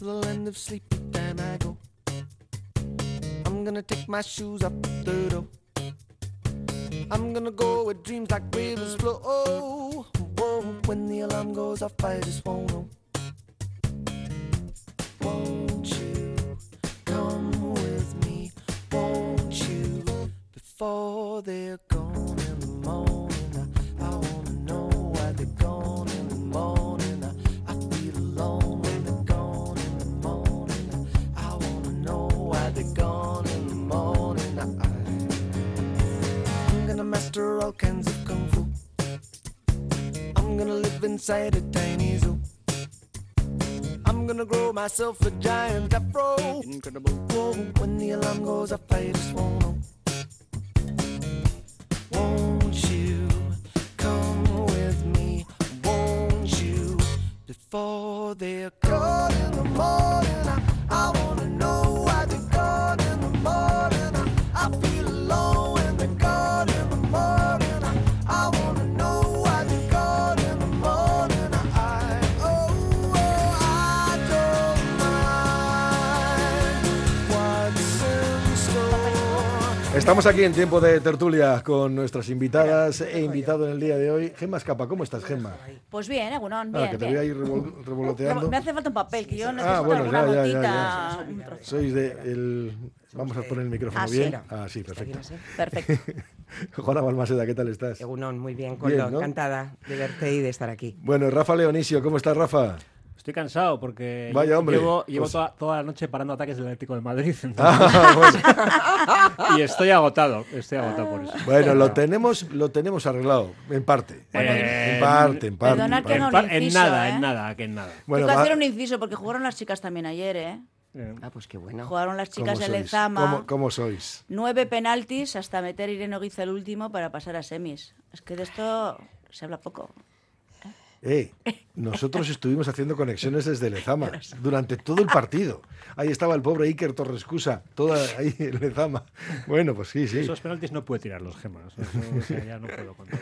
to the land of sleepy time I go. I'm gonna take my shoes off the door. I'm gonna go where dreams like rivers flow. Whoa, when the alarm goes off, I just won't know. Won't you come with me? Won't you? Before they're gone in the morning, I wanna know why they're gone in the morning. I feel alone when they're gone in the morning. I wanna know why they're gone in the morning. I'm gonna master all kinds of kung fu. I'm gonna live inside a tiny zoo. I'm gonna grow myself a giant afro. Incredible. Whoa, when the alarm goes off, I just won't know. Won't you come with me? Won't you? Before they're gone in the morning, I wanna know why they're gone in the morning. I feel alone when they're gone in the morning. I wanna know why they're gone in the morning. I don't mind what's in store. Estamos aquí en tiempo de tertulia con nuestras invitadas e invitado en el día de hoy. Gemma Escapa, ¿cómo estás, Gemma? Pues bien, Egunon, bien. Que te voy a ir revoloteando. Me hace falta un papel, que yo necesito bueno, alguna ya. notita. Un trozo. Sois de el... Vamos a poner el micrófono bien. Sí, perfecto. Perfecto. Juana Balmaseda, ¿qué tal estás? Egunon, muy bien, Coldo, Bien, ¿no? encantada de verte y de estar aquí. Bueno, Rafa Leonisio, ¿cómo estás, Rafa? Estoy cansado porque Vaya, hombre. llevo Pues- toda la noche parando ataques del Atlético de Madrid. Entonces, Bueno, y estoy agotado por eso. bueno, lo tenemos arreglado, en parte. En parte. Perdonad que no En inciso, nada, ¿eh? en nada. Bueno, Tengo que va- hacer un inciso porque jugaron las chicas también ayer, ¿eh? Ah, pues qué bueno. Jugaron las ¿cómo chicas de sois? Lezama. ¿Cómo sois? 9 penaltis hasta meter Irene Oguiza el último para pasar a semis. Es que de esto se habla poco. Nosotros estuvimos haciendo conexiones desde Lezama durante todo el partido. Ahí estaba el pobre Iker Torrescusa, toda ahí en Lezama. Bueno, pues sí. Esos penaltis no puede tirar los Gemas. Eso, o sea, ya no puedo contar.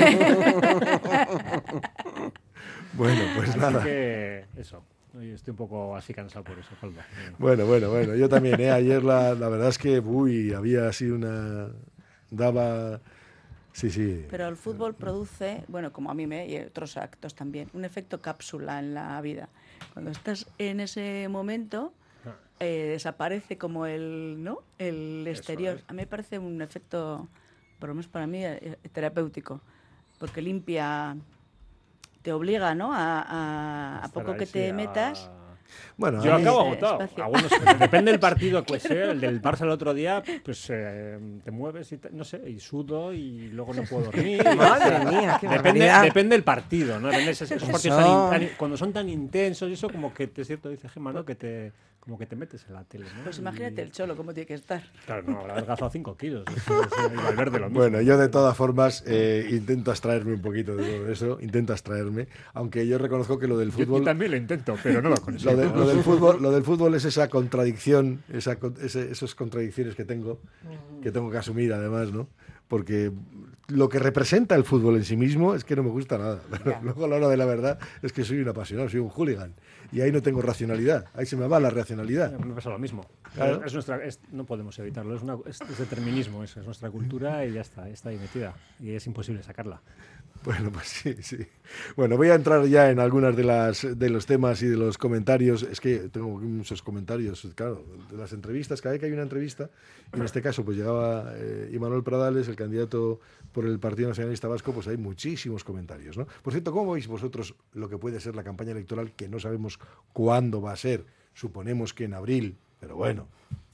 Bueno, pues Así nada. que eso. Hoy estoy un poco así cansado por eso, Coldo. Bueno, yo también, ayer la verdad es que, había así una... daba... Sí. Pero el fútbol produce, bueno, como a mí y otros actos también, un efecto cápsula en la vida. Cuando estás en ese momento, desaparece como el exterior. es. A mí me parece un efecto, por lo menos para mí, terapéutico, porque limpia, te obliga, ¿no? A poco que te metas. Bueno, Yo a mí- acabo Ese agotado. espacio. Algunos, depende del partido que sea. El del Barça el otro día, pues te mueves y no sé, y sudo y luego no puedo dormir. Madre mía, qué barbaridad. Depende del partido, ¿no? Depende esos partidos Eso. cuando son tan intensos y eso como que es cierto, dice Gemma, ¿no? Como que te metes en la tele, ¿no? Pues imagínate el Cholo, cómo tiene que estar. Claro, no, habrá adelgazado 5 kilos. Y Valverde lo mismo. Bueno, yo de todas formas intento abstraerme un poquito de todo eso, aunque yo reconozco que lo del Yo fútbol... también lo intento, pero no lo consigo. Lo del fútbol es esa contradicción, esas contradicciones que tengo que asumir además, ¿no? Porque lo que representa el fútbol en sí mismo es que no me gusta nada. Pero luego a la hora de la verdad es que soy un apasionado, soy un hooligan. Y ahí no tengo racionalidad, ahí se me va la racionalidad. Me pasa lo mismo. Claro. No podemos evitarlo, es determinismo, es nuestra cultura y ya está ahí metida. Y es imposible sacarla. Bueno, pues sí. Bueno, voy a entrar ya en algunas de los temas y de los comentarios. Es que tengo muchos comentarios, claro, de las entrevistas. Cada vez que hay una entrevista, y en este caso pues llegaba Imanol Pradales, el candidato por el Partido Nacionalista Vasco, pues hay muchísimos comentarios, ¿no? Por cierto, ¿cómo veis vosotros lo que puede ser la campaña electoral, que no sabemos cuándo va a ser? Suponemos que en abril, pero bueno.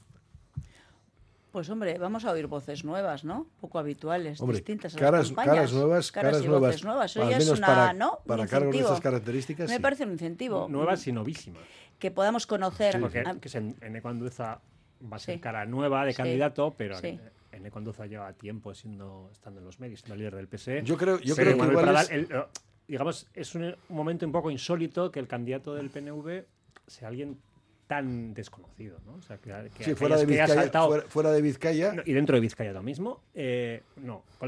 Pues hombre, vamos a oír voces nuevas, ¿no? Poco habituales, Hombre, distintas a caras las campañas. nuevas, Caras y voces nuevas. Eso al ya es menos una, ¿no? para Un cargos de incentivo. estas características. Me sí. parece un incentivo. Nuevas y novísimas. Que podamos conocer. Porque en Ecuanduza va a ser Sí. cara nueva de Sí. candidato, pero Sí. en Ecuanduza lleva tiempo estando en los medios, siendo líder del PSE. Yo creo que Manuel igual Pradal, digamos, es un momento un poco insólito que el candidato del PNV sea alguien tan desconocido, ¿no? O sea, Sí, fuera de que haya Vizcaya, saltado- fuera de Vizcaya. No, y dentro de Vizcaya lo mismo. No, Coldo,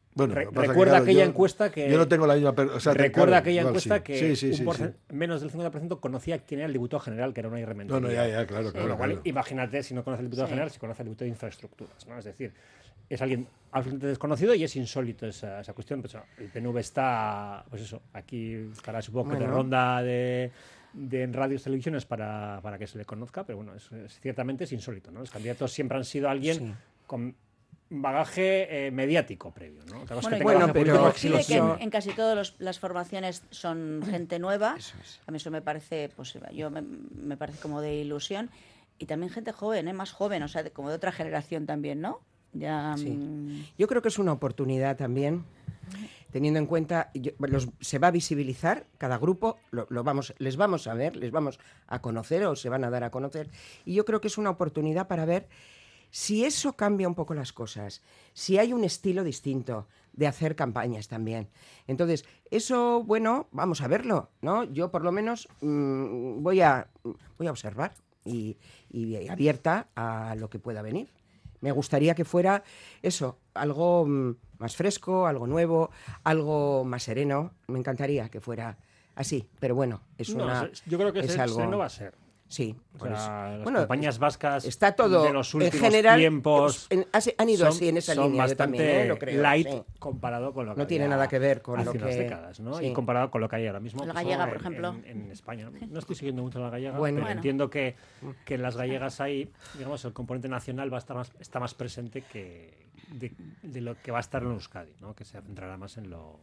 Bueno, lo que pasa es que, recuerda claro, aquella yo- encuesta que... Yo no tengo la misma... o sea, Recuerda claro, aquella igual encuesta sí. que Sí, sí, sí. menos del 50% conocía quién era el diputado general, que era una irrementería. No, ya, claro, Con claro. lo cual, claro. imagínate si no conoce el diputado Sí. general, si conoce el diputado de infraestructuras, ¿no? Es decir, es alguien absolutamente desconocido y es insólito esa cuestión. Pues, el PNV está, pues eso, aquí estará supongo que de Bueno. ronda de en radios y televisiones para que se le conozca, pero bueno, ciertamente es insólito, ¿no? Los candidatos siempre han sido alguien Sí. con bagaje mediático previo, ¿no? Otra cosa es que tenga bueno, bagaje pero- político coincide que explosivo. en casi todas las formaciones son gente nueva. Eso es. A mí eso me parece, pues me parece como de ilusión. Y también gente joven, más joven, o sea, como de otra generación también, ¿no? Ya. Sí. Yo creo que es una oportunidad también, teniendo en cuenta, se va a visibilizar cada grupo, les vamos a ver, les vamos a conocer o se van a dar a conocer. Y yo creo que es una oportunidad para ver si eso cambia un poco las cosas, si hay un estilo distinto de hacer campañas también. Entonces, eso, bueno, vamos a verlo, ¿no? Yo por lo menos voy a observar y abierta a lo que pueda venir. Me gustaría que fuera eso, algo más fresco, algo nuevo, algo más sereno. Me encantaría que fuera así, pero bueno, es No, una... yo creo que es ese algo... no va a ser. Sí, O por sea, eso. las Bueno, campañas vascas está todo de los en últimos general, tiempos han ido son- así en esa son línea, yo bastante también, lo creo. light sí. comparado con lo que No tiene había nada que ver con hace lo unas que- décadas, ¿no? sí. Y comparado con lo que hay ahora mismo. La pues, gallega, ¿no? por ejemplo. En España. No estoy siguiendo mucho la gallega, Bueno. pero Bueno. entiendo que en las gallegas hay, digamos, el componente nacional está más presente que de lo que va a estar en Euskadi, ¿no? Que se centrará más en lo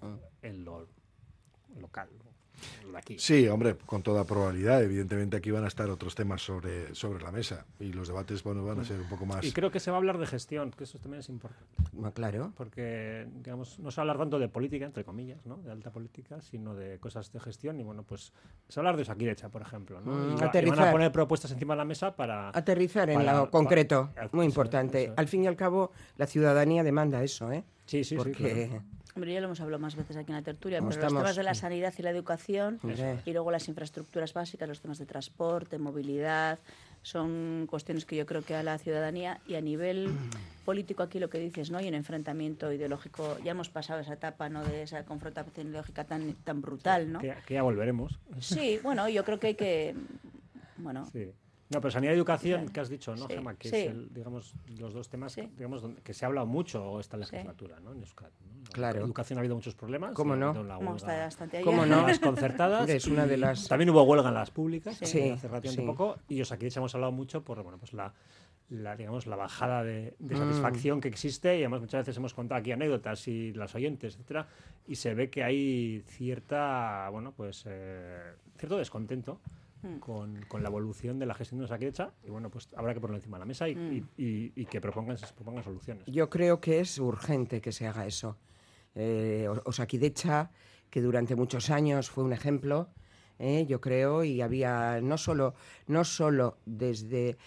local, lo de aquí. Sí, hombre, con toda probabilidad. Evidentemente aquí van a estar otros temas sobre la mesa y los debates van a ser un poco más... Y creo que se va a hablar de gestión, que eso también es importante. Bueno, claro. Porque, digamos, no se va a hablar tanto de política, entre comillas, ¿no? De alta política, sino de cosas de gestión. Y bueno, pues se va a hablar de Osakidecha, por ejemplo, ¿no? Y van a aterrizar. poner propuestas encima de la mesa para... Aterrizar en para- lo concreto, para- muy eso, importante. eso. Al fin y al cabo, la ciudadanía demanda eso, ¿eh? Sí, sí, sí. Porque... claro. Hombre, ya lo hemos hablado más veces aquí en la tertulia, Como pero los estamos- temas de la sanidad y la educación Hombre. y luego las infraestructuras básicas, los temas de transporte, movilidad, son cuestiones que yo creo que a la ciudadanía y a nivel político aquí lo que dices, ¿no? Y en enfrentamiento ideológico, ya hemos pasado esa etapa, ¿no? De esa confrontación ideológica tan brutal, ¿no? Que ya volveremos. Sí, bueno, yo creo que hay que, bueno, Sí. No, pero sanidad y educación, que has dicho, ¿no, Sí, Gemma? Que sí. es, digamos, los dos temas Sí. digamos, que se ha hablado mucho esta legislatura, ¿no? En Euskadi, ¿no? Claro. En educación ha habido muchos problemas. ¿Cómo ha no? habido la hemos huelga estado bastante ¿Cómo ayer. no? en las concertadas. Hombre, es una de y las- También hubo huelga en las públicas, Sí. Sí, hace relativamente sí. poco, y aquí hemos hablado mucho por bueno, pues digamos, la bajada de satisfacción que existe, y además muchas veces hemos contado aquí anécdotas y las oyentes, etcétera, y se ve que hay cierto descontento con la evolución de la gestión de Osakidecha, y bueno, pues habrá que ponerlo encima de la mesa y que propongan soluciones. Yo creo que es urgente que se haga eso. Osakidecha, que durante muchos años fue un ejemplo, yo creo, y había no solo desde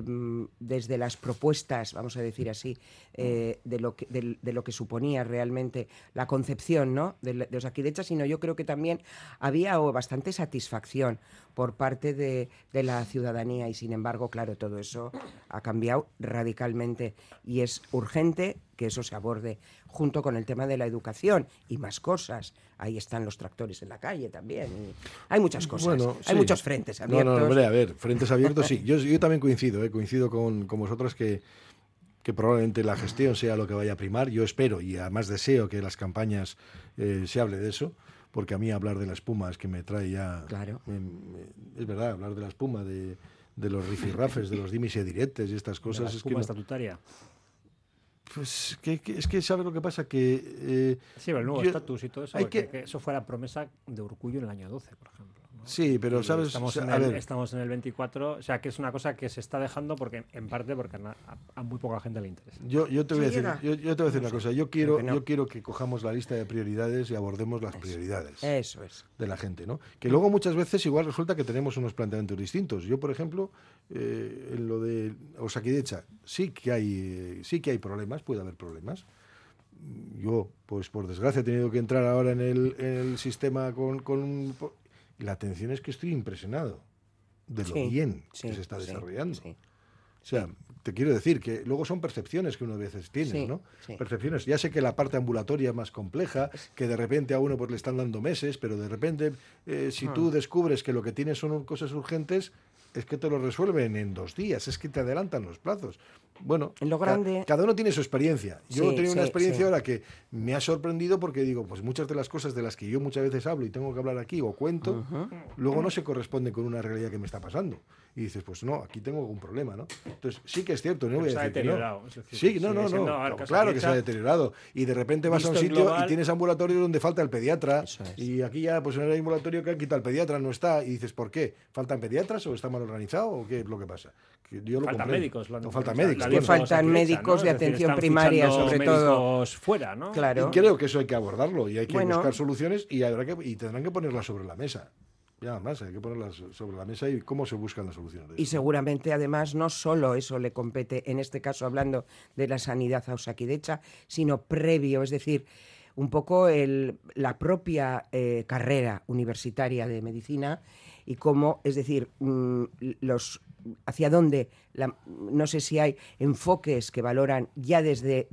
las propuestas, vamos a decir así, de lo que suponía realmente la concepción, ¿no? de Osakidecha, sino yo creo que también había bastante satisfacción por parte de la ciudadanía, y sin embargo, claro, todo eso ha cambiado radicalmente y es urgente que eso se aborde junto con el tema de la educación y más cosas. Ahí están los tractores en la calle también. Y hay muchas cosas, Bueno, hay sí. muchos frentes abiertos. No, hombre, a ver, frentes abiertos sí. Yo también coincido con vosotras que probablemente la gestión sea lo que vaya a primar. Yo espero y además deseo que las campañas se hable de eso, porque a mí hablar de la espuma es que me trae ya... Claro. Es verdad, hablar de la espuma, de los rifirrafes, de los dimis y diretes y estas De cosas... la es que espuma no- estatutaria. pues es que ¿sabes lo que pasa? Que... Sí, pero el nuevo yo- estatus y todo eso, hay porque que- eso fue la promesa de Urkullu en el año 12, por ejemplo, ¿no? Sí, pero Y ¿sabes? Estamos, O sea, en a el, ver. estamos en el 24, o sea, que es una cosa que se está dejando porque en parte porque a muy poca gente le interesa. Yo te voy a Sí, decir, llega. yo te voy a decir una cosa. Yo creo que no. quiero que cojamos la lista de prioridades y abordemos las prioridades Eso es. de la gente, ¿no? Que luego muchas veces igual resulta que tenemos unos planteamientos distintos. Yo, por ejemplo, en lo de Osakidecha, sí que hay problemas, puede haber problemas. Yo, pues por desgracia, he tenido que entrar ahora en el sistema y la atención es que estoy impresionado de lo Sí, bien sí, que se está sí, desarrollando. sí. O sea, te quiero decir que luego son percepciones que uno a veces tiene, Sí, ¿no? sí. Percepciones. Ya sé que la parte ambulatoria es más compleja, que de repente a uno pues le están dando meses, pero de repente si tú descubres que lo que tienes son cosas urgentes, es que te lo resuelven en 2 días, es que te adelantan los plazos. Bueno, En lo grande- cada uno tiene su experiencia. Yo Sí, he tenido una sí, experiencia sí. ahora que me ha sorprendido porque digo, pues muchas de las cosas de las que yo muchas veces hablo y tengo que hablar aquí o cuento, luego no se corresponden con una realidad que me está pasando. Y dices, pues no, aquí tengo algún problema, ¿no? Entonces, sí que es cierto, no Pero voy a se ha decir que no. deteriorado, es decir, Sí, no, sigue no, siendo, no. a ver, caso Claro de que se ha hecha, deteriorado. Y de repente vas a un visto en sitio global- y tienes ambulatorios donde falta el pediatra. Eso es. Y aquí ya, pues en el ambulatorio que han quitado el pediatra, no está. Y dices, ¿por qué? ¿Faltan pediatras o está mal organizado o qué es lo que pasa? Que yo lo Faltan comprendo. médicos. No faltan la- médicos. la Que bueno. dicho faltan Osakidetza, médicos de Es decir, atención están primaria, fichando sobre todo. médicos fuera, ¿no? Claro. Y creo que eso hay que abordarlo y hay que Bueno. buscar soluciones y tendrán que ponerlas sobre la mesa. Ya más, hay que ponerlas sobre la mesa y cómo se buscan las soluciones. de Y eso. seguramente, además, no solo eso le compete, en este caso hablando de la sanidad a Osakidetza, sino previo, es decir, un poco la propia carrera universitaria de medicina y cómo, es decir, hacia dónde, no sé si hay enfoques que valoran ya desde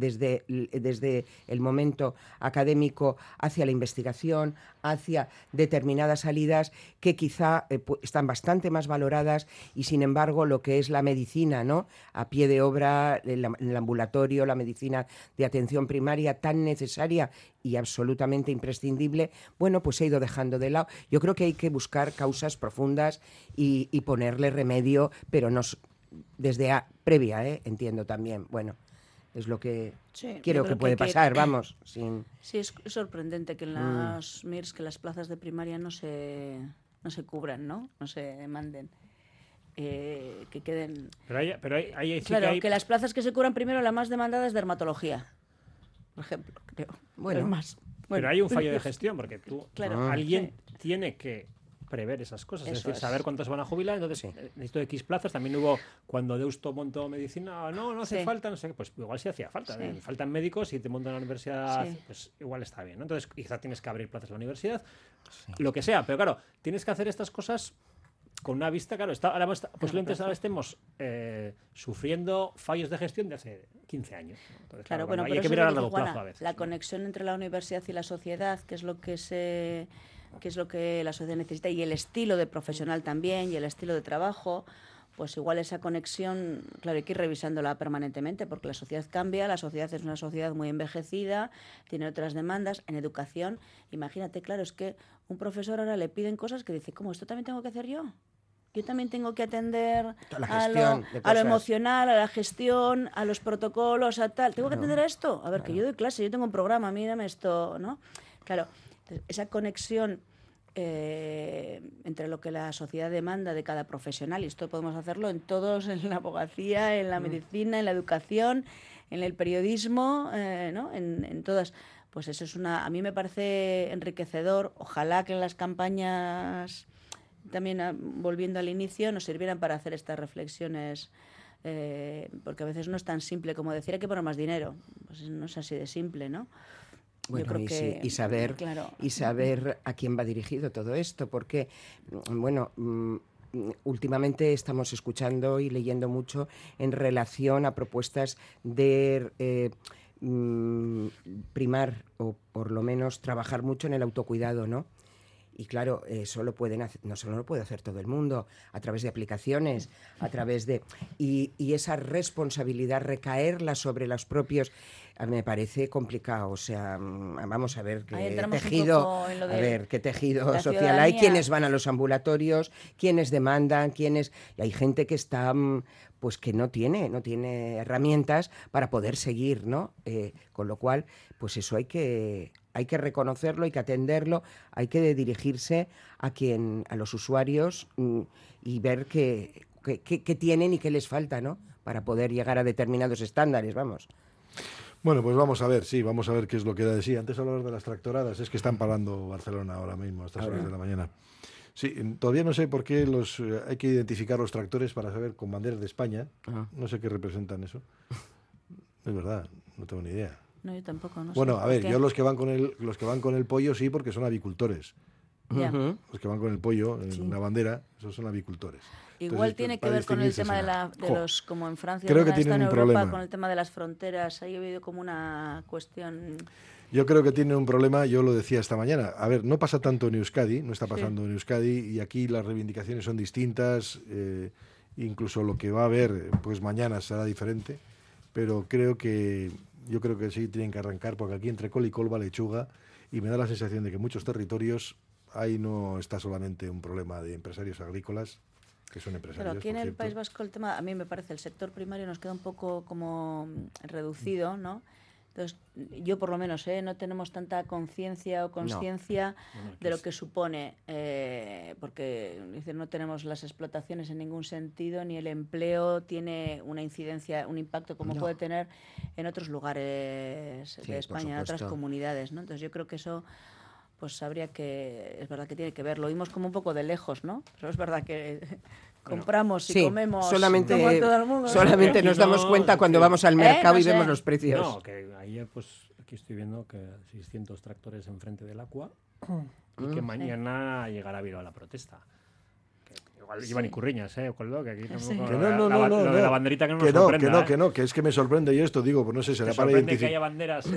el momento académico hacia la investigación, hacia determinadas salidas que quizá están bastante más valoradas y sin embargo lo que es la medicina, ¿no? A pie de obra, el ambulatorio, la medicina de atención primaria tan necesaria y absolutamente imprescindible, bueno, pues se ha ido dejando de lado. Yo creo que hay que buscar causas profundas y ponerle remedio, pero no previa, entiendo también. Bueno, es lo que Sí, creo yo que creo puede que hay que- pasar, vamos, sin... Sí, es sorprendente que en las MIRS, que las plazas de primaria no se cubran, ¿no? No se manden. Que queden... Pero ahí sí Claro, que hay... que las plazas que se cubran primero, la más demandada es dermatología, por ejemplo, creo. Bueno. Es más. Pero Bueno. hay un fallo de gestión, porque tú, Claro. alguien tiene que prever esas cosas, es Eso decir, es. saber cuántos van a jubilar, entonces Sí. necesito X plazas, también hubo, cuando Deusto montó medicina, no hace Sí. falta, no sé qué, pues igual sí hacía falta, Sí. faltan médicos y te montan la universidad, Sí. pues igual está bien, ¿no? Entonces quizá tienes que abrir plazas en la universidad, lo que sea, pero claro, tienes que hacer estas cosas con una vista, claro, posiblemente ahora estemos sufriendo fallos de gestión de hace 15 años. ¿no? Entonces, Claro, bueno, bueno, hay pero que eso es mirar lo a que largo dice Juana, plazo a veces. la ¿no? conexión entre la universidad y la sociedad, que es lo que la sociedad necesita, y el estilo de profesional también, y el estilo de trabajo, pues igual esa conexión, claro, hay que ir revisándola permanentemente, porque la sociedad cambia, la sociedad es una sociedad muy envejecida, tiene otras demandas. En educación, imagínate, claro, es que un profesor ahora le piden cosas que dice, ¿cómo? ¿Esto también tengo que hacer yo? Yo también tengo que atender Toda la a gestión de lo cosas. emocional, a la gestión, a los protocolos, a tal. ¿Tengo que atender a esto? A ver, que yo doy clase, yo tengo un programa, mírame esto, ¿no? Claro, esa conexión entre lo que la sociedad demanda de cada profesional, y esto podemos hacerlo en todos, en la abogacía, en la medicina, en la educación, en el periodismo, ¿no? En todas. Pues eso a mí me parece enriquecedor. Ojalá que en las campañas, también volviendo al inicio, nos sirvieran para hacer estas reflexiones, porque a veces no es tan simple como decir hay que poner más dinero. Pues no es así de simple, ¿no? Bueno, Yo creo que, y saber claro. y saber a quién va dirigido todo esto, porque bueno, últimamente estamos escuchando y leyendo mucho en relación a propuestas de primar o por lo menos trabajar mucho en el autocuidado, ¿no? Y claro, eso no solo lo puede hacer todo el mundo, a través de aplicaciones, a través de... Y esa responsabilidad recaerla sobre los propios, me parece complicado. O sea, vamos a ver Ahí qué entramos un tejido, poco en lo a de ver qué tejido la social hay, ciudadanía. quiénes van a los ambulatorios, quiénes demandan, quiénes... Y hay gente que está, pues que no tiene herramientas para poder seguir, ¿no? Con lo cual, pues eso hay que reconocerlo, hay que atenderlo, hay que dirigirse a los usuarios y ver qué tienen y qué les falta, ¿no? Para poder llegar a determinados estándares, vamos. Bueno, pues vamos a ver qué es lo que da de sí. Antes hablabas de las tractoradas, es que están parando Barcelona ahora mismo, a estas horas de la mañana. Sí, todavía no sé por qué hay que identificar los tractores para saber con banderas de España. No sé qué representan eso. Es verdad, no tengo ni idea. No, yo tampoco, no Bueno, sé. a ver, ¿Por qué? yo los que van con el pollo sí, porque son avicultores. Ya. Ujú. Los que van con el pollo en la bandera, esos son avicultores. Igual Entonces, tiene que para ver con el distinguirse tema de, será. de Jo, los, como en Francia, creo que también está en tienen un Europa, problema. con el tema de las fronteras, ahí ha habido como una cuestión... Yo creo que tiene un problema, yo lo decía esta mañana. A ver, no pasa tanto en Euskadi, no está pasando en Euskadi, y aquí las reivindicaciones son distintas, incluso lo que va a haber, pues mañana será diferente, pero yo creo que sí tienen que arrancar, porque aquí entre col y col va lechuga, y me da la sensación de que en muchos territorios ahí no está solamente un problema de empresarios agrícolas, que son empresarios. Pero aquí en por el cierto. País Vasco el tema, a mí me parece, el sector primario nos queda un poco como reducido, ¿no? Entonces, yo por lo menos, no tenemos tanta conciencia o consciencia de lo que supone, porque dicen, no tenemos las explotaciones en ningún sentido, ni el empleo tiene una incidencia, un impacto como puede tener en otros lugares Sí, de por España, en otras supuesto. comunidades, ¿no? Entonces yo creo que eso... pues habría que, es verdad que tiene que ver, lo vimos como un poco de lejos, ¿no? Pero es verdad que compramos y Sí, comemos solamente, como en todo el mundo, ¿no? solamente Aquí nos damos no, cuenta cuando que- vamos al mercado No y sé. vemos los precios. No, que ayer, pues, aquí estoy viendo que 600 tractores enfrente del Aqua y que mañana llegará Bilbao a la protesta. Que igual llevan Icurriñas, Coldo, que aquí tampoco... Que no, lo de la banderita que no nos que no, sorprenda, que no, que no, que es que me sorprende yo esto, digo, pues no sé, ¿Te será para sorprende que haya identificar. banderas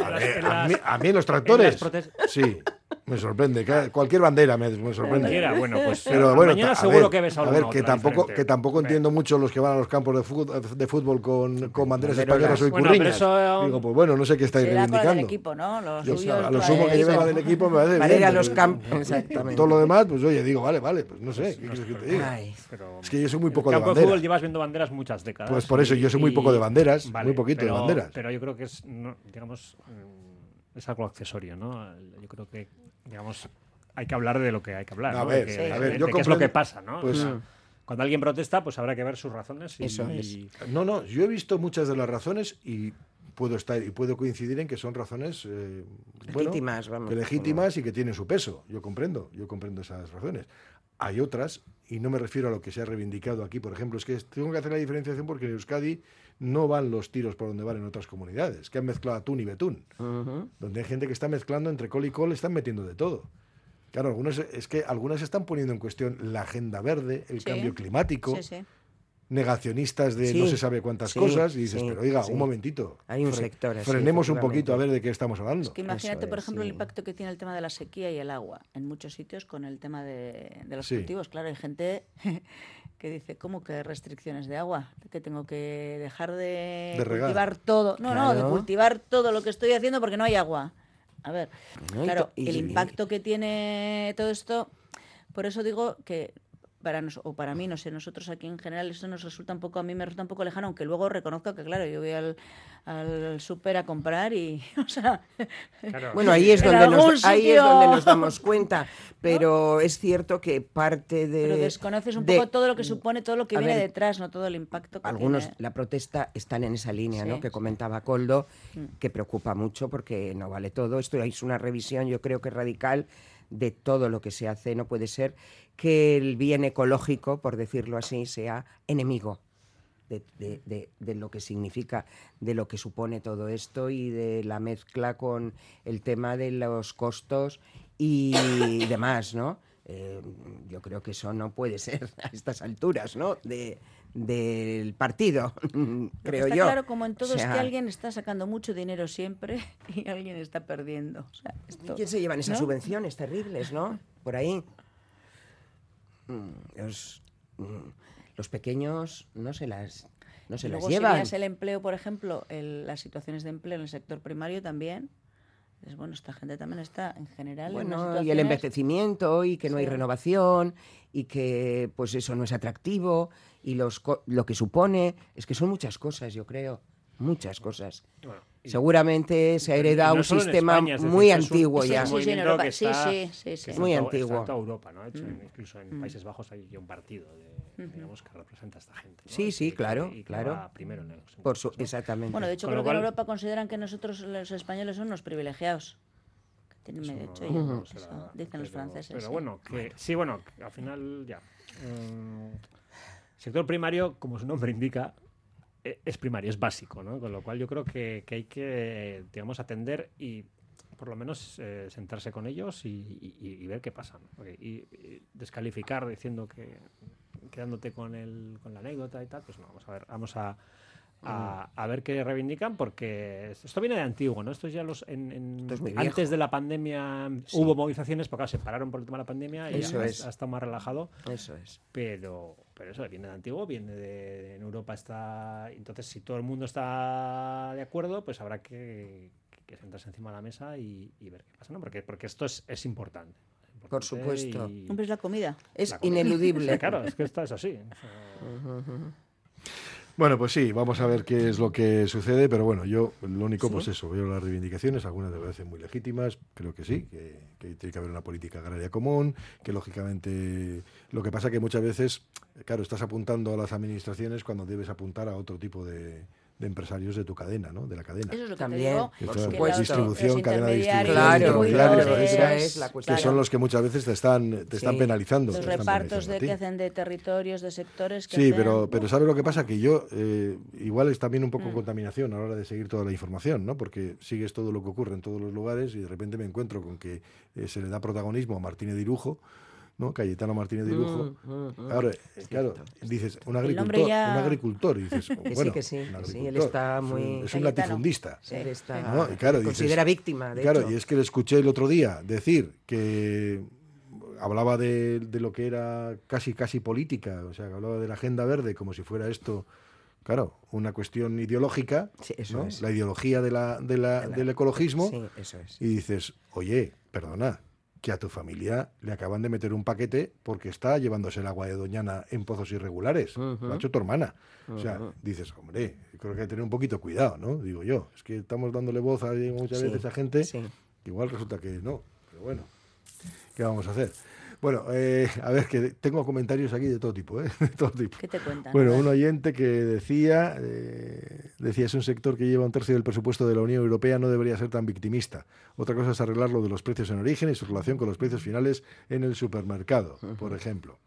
A mí en los tractores, protestas? sí, me sorprende, cualquier bandera me sorprende. Cualquiera, bueno, pues Pero bueno, mañana a seguro ver, que ves a alguna ver, que otra tampoco, diferente. que tampoco Hombre. entiendo mucho los que van a los campos de fútbol con banderas Banderolas. españolas o Bueno, pero icurriñas. eso, Digo, pues bueno, no sé qué estáis Será con la del reivindicando. equipo, ¿no? Los Yo, suyos, a lo con sumo la que del lleve la equipo. del equipo me parece Para bien, ir a pero los campos, exactamente. todo lo demás, pues oye, digo, vale, pues no sé, ¿qué quieres que te diga? Ay, pero Es que yo soy muy en poco el de campo de bandera. fútbol llevas viendo banderas muchas décadas. Pues por eso, yo soy muy poco de banderas, muy poquito de banderas. Pero yo creo que es, digamos, es algo accesorio, ¿no? Yo creo que, digamos, hay que hablar de lo que hay que hablar, A ¿no? ver, de a ver, de yo qué es lo comprendo- que pasa, ¿no? pues- O sea, cuando alguien protesta, pues habrá que ver sus razones. Eso No, yo he visto muchas de las razones y puedo coincidir en que son razones Legítimas, vamos. que legítimas y que tienen su peso. Yo comprendo esas razones. Hay otras, y no me refiero a lo que se ha reivindicado aquí, por ejemplo, es que tengo que hacer la diferenciación porque en Euskadi no van los tiros por donde van en otras comunidades, que han mezclado atún y betún, donde hay gente que está mezclando entre col y col, están metiendo de todo. Claro, algunas están poniendo en cuestión la agenda verde, el Sí. cambio climático, Sí, sí. negacionistas de Sí, no se sabe cuántas sí, cosas, y dices, sí, pero oiga, sí. un momentito. Hay un sector así, Frenemos un efectivamente. poquito a ver de qué estamos hablando. Es que imagínate, Eso por es, ejemplo, sí. el impacto que tiene el tema de la sequía y el agua en muchos sitios con el tema de los Sí. cultivos. Claro, hay gente que dice, ¿cómo que restricciones de agua? ¿Que tengo que dejar de regar. cultivar todo? No, de Claro. cultivar todo lo que estoy haciendo porque no hay agua. A ver, No, y claro, to- y- el impacto que tiene todo esto, por eso digo que para mí, no sé, nosotros aquí en general, eso nos resulta un poco, a mí me resulta un poco lejano, aunque luego reconozco que, claro, yo voy al súper a comprar y, o sea, Claro. Bueno, ahí es En donde algún ahí es sitio- donde nos damos cuenta, pero es cierto que parte de... pero desconoces un de- poco todo lo que supone, todo lo que a viene ver, detrás, no todo el impacto que Algunos, tiene. la protesta están en esa línea, Sí, ¿no? Que sí. comentaba Coldo, que preocupa mucho porque no vale todo. Esto es una revisión, yo creo que radical de todo lo que se hace. No puede ser que el bien ecológico, por decirlo así, sea enemigo de lo que significa, de lo que supone todo esto y de la mezcla con el tema de los costos y demás, ¿no? Yo creo que eso no puede ser a estas alturas, ¿no? Del partido, Lo que creo está yo. claro, como en todo, O es sea, que alguien está sacando mucho dinero siempre y alguien está perdiendo. O sea, esto, ¿quién se llevan esas ¿no? subvenciones terribles, no? Por ahí. Los pequeños no se las Luego, llevan. si miras el empleo, por ejemplo, las situaciones de empleo en el sector primario también, es bueno, esta gente también está en general en unas Bueno, y el situaciones- envejecimiento y que no hay Sí. renovación y que pues eso no es atractivo y lo que supone, es que son muchas cosas, yo creo, muchas cosas. Bueno, y- Seguramente se ha y heredado no un solo en sistema España, es decir, muy que es un- antiguo es ya. un Sí, sí, en movimiento Europa. que Sí, está- sí, que sí. está Muy en toda- antiguo. está en toda Europa, ¿no? De hecho, incluso en Países Bajos hay ya un partido digamos, que representa a esta gente, ¿no? Sí, sí, claro, y que claro. va primero en los Por encuestas, ¿no? exactamente. Bueno, de hecho, Con creo lo que en cual- Europa consideran que nosotros, los españoles, son unos privilegiados. Que tienen Eso derecho, no- ya, no será, eso dicen los pero- franceses. Pero sí. bueno, que al final ya. Sector primario, como su nombre indica, es primario, es básico, ¿no? Con lo cual yo creo que hay que, digamos, atender y por lo menos sentarse con ellos y ver qué pasa, ¿no? Y descalificar diciendo que quedándote con la anécdota y tal, pues no, vamos a ver qué reivindican, porque esto viene de antiguo, ¿no? Esto ya Esto es muy antes viejo. de la pandemia hubo movilizaciones, porque claro, se pararon por el tema de la pandemia y Eso ya es. ha estado más relajado. Eso es. Pero eso viene de antiguo, en Europa está... Entonces, si todo el mundo está de acuerdo, pues habrá que sentarse encima de la mesa y ver qué pasa, ¿no? Porque esto es importante. Por supuesto. Hombre, es la comida. Es La comida. ineludible. Claro, es que esto es así. O sea, Bueno, pues sí, vamos a ver qué es lo que sucede, pero bueno, yo lo único, pues eso, veo las reivindicaciones, algunas me parecen muy legítimas, creo que sí, que tiene que haber una política agraria común, que lógicamente lo que pasa que muchas veces, claro, estás apuntando a las administraciones cuando debes apuntar a otro tipo de empresarios de tu cadena, ¿no? De la cadena. Eso es lo que También, te digo. por que supuesto. Distribución, cadena de intermediarios, distribución, Claro, distribuidores, esa es la cuestión. Que son los que muchas veces te están Sí. penalizando. los te están repartos penalizando a que ti. hacen de territorios, de sectores que Sí, hacen- pero ¿sabes lo que pasa? Que yo, igual es también un poco contaminación a la hora de seguir toda la información, ¿no? Porque sigues todo lo que ocurre en todos los lugares y de repente me encuentro con que se le da protagonismo a Martínez de Irujo, ¿no? Cayetano Martínez de Irujo. Ahora, claro, dices, un nombre ya- agricultor, y dices, bueno, que sí, un que sí, agricultor, él está es un- muy- es un Cayetano. latifundista. Sí. Él está, ¿no? Y claro, considera dices, víctima, de claro, hecho. y es que le escuché el otro día decir que hablaba de lo que era casi política, o sea, que hablaba de la agenda verde como si fuera esto, claro, una cuestión ideológica, Sí, eso ¿no? es. La ideología del ecologismo, Sí, eso es. y dices, oye, perdona, que a tu familia le acaban de meter un paquete porque está llevándose el agua de Doñana en pozos irregulares. Lo ha hecho tu hermana. O sea, dices, hombre, creo que hay que tener un poquito de cuidado, ¿no? Digo yo. Es que estamos dándole voz muchas Sí, veces a gente sí. que igual resulta que no. Pero bueno, ¿qué vamos a hacer? Bueno, a ver, que tengo comentarios aquí de todo tipo, ¿eh? De todo tipo. ¿Qué te cuentan? Bueno, A ver. un oyente que decía, es un sector que lleva un tercio del presupuesto de la Unión Europea, no debería ser tan victimista. Otra cosa es arreglar lo de los precios en origen y su relación con los precios finales en el supermercado, por ejemplo.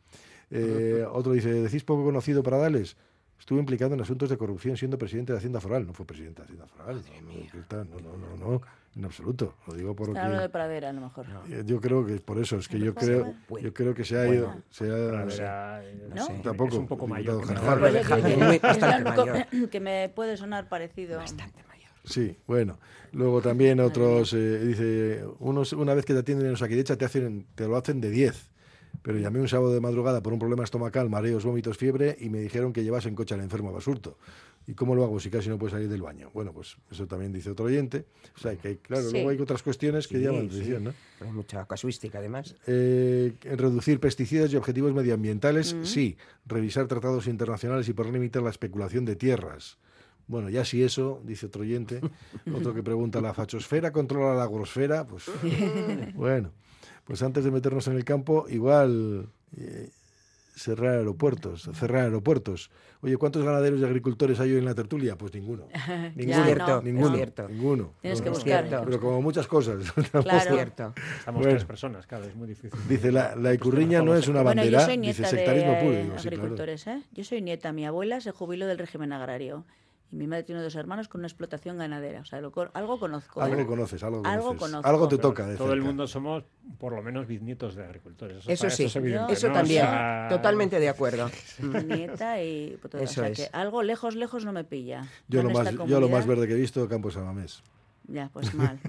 Otro dice, decís poco conocido para Dales. Estuvo implicado en asuntos de corrupción siendo presidente de Hacienda Foral. No fue presidente de Hacienda Foral. No, en absoluto. Lo digo Está hablando de porque Pradera, a lo mejor. yo creo que por eso, es que yo creo que se ha ido... Pradera, ¿No? Tampoco, es un poco mayor. diputado que general. nosotros. Pues Bastante mayor. que me puede sonar parecido. Bastante mayor. Sí, bueno. Luego también otros, dice, una vez que te atienden en Osakidecha te lo hacen de 10. Pero llamé un sábado de madrugada por un problema estomacal, mareos, vómitos, fiebre, y me dijeron que llevase en coche al enfermo a Basurto. ¿Y cómo lo hago si casi no puedo salir del baño? Bueno, pues eso también dice otro oyente. O sea, que claro, Sí. luego hay otras cuestiones que Sí, llaman la sí. atención, ¿no? Hay mucha casuística, además. Reducir pesticidas y objetivos medioambientales, sí. Revisar tratados internacionales y poder limitar la especulación de tierras. Bueno, ya si eso, dice otro oyente. Otro que pregunta, ¿la fachosfera controla la agrosfera? Pues bueno, pues antes de meternos en el campo, igual cerrar aeropuertos. Oye, ¿cuántos ganaderos y agricultores hay hoy en la tertulia? Pues ninguno. Ya, cierto, no. es cierto. Ninguno. Tienes que No, buscar. cierto. Pero como muchas cosas. Claro. Es cierto. Estamos Bueno. 3 personas, claro, es muy difícil. Dice, la icurriña no es una Bueno, yo bandera, soy dice nieta sectarismo de puro. Digo, sí, claro. agricultores, ¿eh? Yo soy nieta. Mi abuela se jubiló del régimen agrario. Y mi madre tiene 2 hermanos con una explotación ganadera. O sea, algo conozco. Algo ¿eh? conoces, algo Algo conoces. conozco. Algo te Pero toca de todo el cerca. mundo somos por lo menos bisnietos de agricultores. Eso sí, es evidente, eso ¿no? también. O sea, Totalmente de acuerdo. Nieta y todo. Eso o sea, es. que algo lejos no me pilla. Yo No lo en más esta yo lo más comunidad. verde que he visto, Campos Samamés. Ya, pues mal.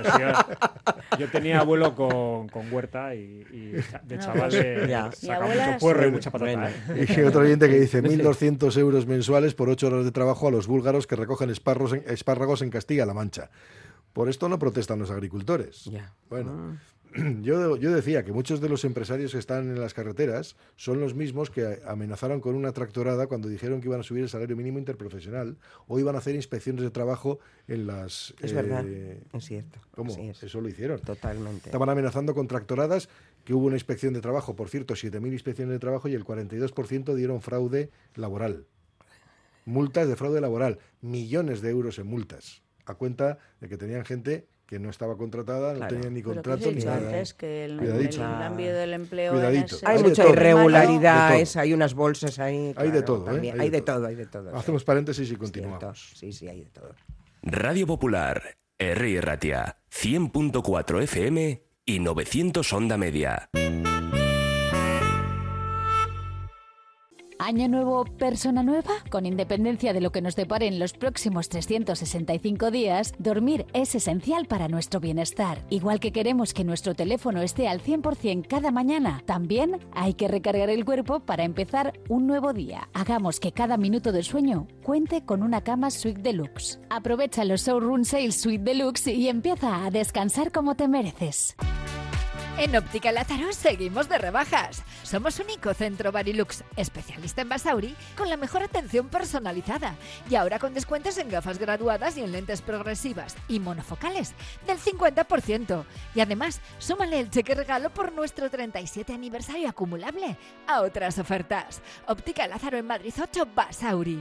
Yo tenía abuelo con huerta y de No, chaval pues, ya. Mi saca abuela mucho puerro y sí. mucha patata. ¿eh? Y otro oyente que dice 1.200 euros mensuales por 8 horas de trabajo a los búlgaros que recogen espárragos en Castilla-La Mancha. Por esto no protestan los agricultores. Ya. Bueno, yo decía que muchos de los empresarios que están en las carreteras son los mismos que amenazaron con una tractorada cuando dijeron que iban a subir el salario mínimo interprofesional o iban a hacer inspecciones de trabajo en las... Es verdad, es cierto. ¿Cómo? Así es. Eso lo hicieron. Totalmente. Estaban amenazando con tractoradas, que hubo una inspección de trabajo, por cierto, 7.000 inspecciones de trabajo y el 42% dieron fraude laboral. Multas de fraude laboral, millones de euros en multas, a cuenta de que tenían gente que no estaba contratada, no Claro. tenían ni Pero que contrato os he ni dicho nada. antes que el Cuidadito. ámbito del empleo Cuidadito. en Hay Hay de mucha todo. irregularidad, De todo. hay unas bolsas ahí. Hay de claro, todo, ¿eh? también. Hay de todo. Hacemos paréntesis y Es cierto. continuamos. Sí, hay de todo. Radio Popular, Herri Ratia, 100.4 FM y 900 onda media. ¿Año nuevo, persona nueva? Con independencia de lo que nos depare en los próximos 365 días, dormir es esencial para nuestro bienestar. Igual que queremos que nuestro teléfono esté al 100% cada mañana, también hay que recargar el cuerpo para empezar un nuevo día. Hagamos que cada minuto de sueño cuente con una cama Suite Deluxe. Aprovecha los Showroom Sales Suite Deluxe y empieza a descansar como te mereces. En Óptica Lázaro seguimos de rebajas. Somos único centro Barilux, especialista en Basauri, con la mejor atención personalizada. Y ahora con descuentos en gafas graduadas y en lentes progresivas y monofocales del 50%. Y además, súmale el cheque regalo por nuestro 37 aniversario acumulable a otras ofertas. Óptica Lázaro en Madrid 8, Basauri.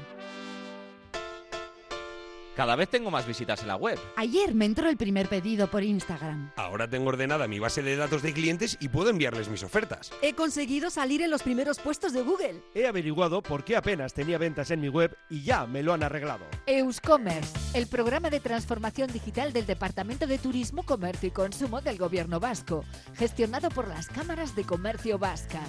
Cada vez tengo más visitas en la web. Ayer me entró el primer pedido por Instagram. Ahora tengo ordenada mi base de datos de clientes y puedo enviarles mis ofertas. He conseguido salir en los primeros puestos de Google. He averiguado por qué apenas tenía ventas en mi web y ya me lo han arreglado. Euscommerce, el programa de transformación digital del Departamento de Turismo, Comercio y Consumo del Gobierno Vasco, gestionado por las cámaras de comercio vascas.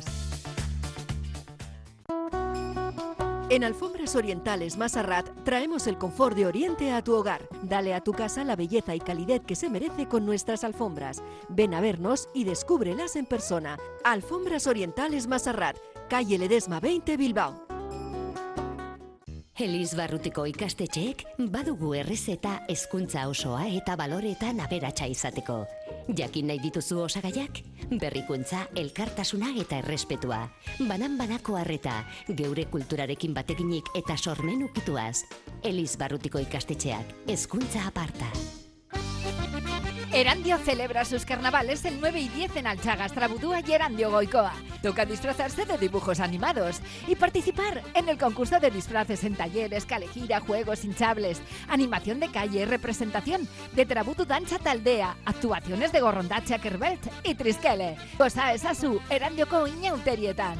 En Alfombras Orientales Masarrat traemos el confort de Oriente a tu hogar. Dale a tu casa la belleza y calidez que se merece con nuestras alfombras. Ven a vernos y descúbrelas en persona. Alfombras Orientales Masarrat, calle Ledesma 20, Bilbao. Elizbarrutiko ikastetxeek badugu errezeta hezkuntza osoa eta baloreetan aberatsa izateko. Jakin nahi dituzu osagaiak? Berrikuntza, elkartasuna eta errespetua. Banan-banako harreta, geure kulturarekin bateginik eta sormen ukituaz. Elizbarrutiko ikastetxeak, hezkuntza aparta. Erandio celebra sus carnavales el 9 y 10 en Alchagas, Trabudúa y Erandio Goicoa. Toca disfrazarse de dibujos animados y participar en el concurso de disfraces en talleres, calejira, juegos hinchables, animación de calle, representación de Trabutu Dancha Taldea, actuaciones de Gorrondacha Kerbelt y Triskele. Cosa es a su Erandioko Iñauterietan.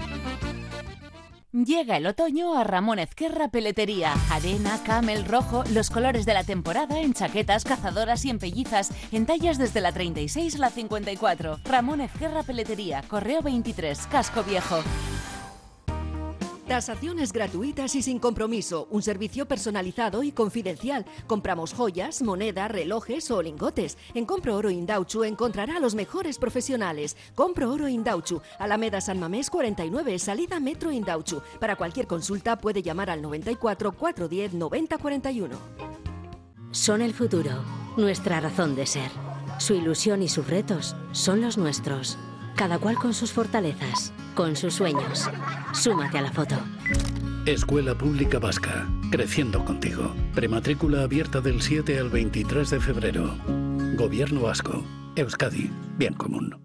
Llega el otoño a Ramón Ezquerra Peletería. Arena, camel, rojo, los colores de la temporada en chaquetas, cazadoras y en pellizas, en tallas desde la 36 a la 54. Ramón Ezquerra Peletería, Correo 23, Casco Viejo. Tasaciones gratuitas y sin compromiso. Un servicio personalizado y confidencial. Compramos joyas, moneda, relojes o lingotes. En Compro Oro Indauchu encontrará a los mejores profesionales. Compro Oro Indauchu, Alameda San Mamés 49, salida Metro Indauchu. Para cualquier consulta puede llamar al 94 410 90 41. Son el futuro, nuestra razón de ser. Su ilusión y sus retos son los nuestros. Cada cual con sus fortalezas, con sus sueños. Súmate a la foto. Escuela Pública Vasca, creciendo contigo. Prematrícula abierta del 7 al 23 de febrero. Gobierno Vasco. Euskadi, bien común.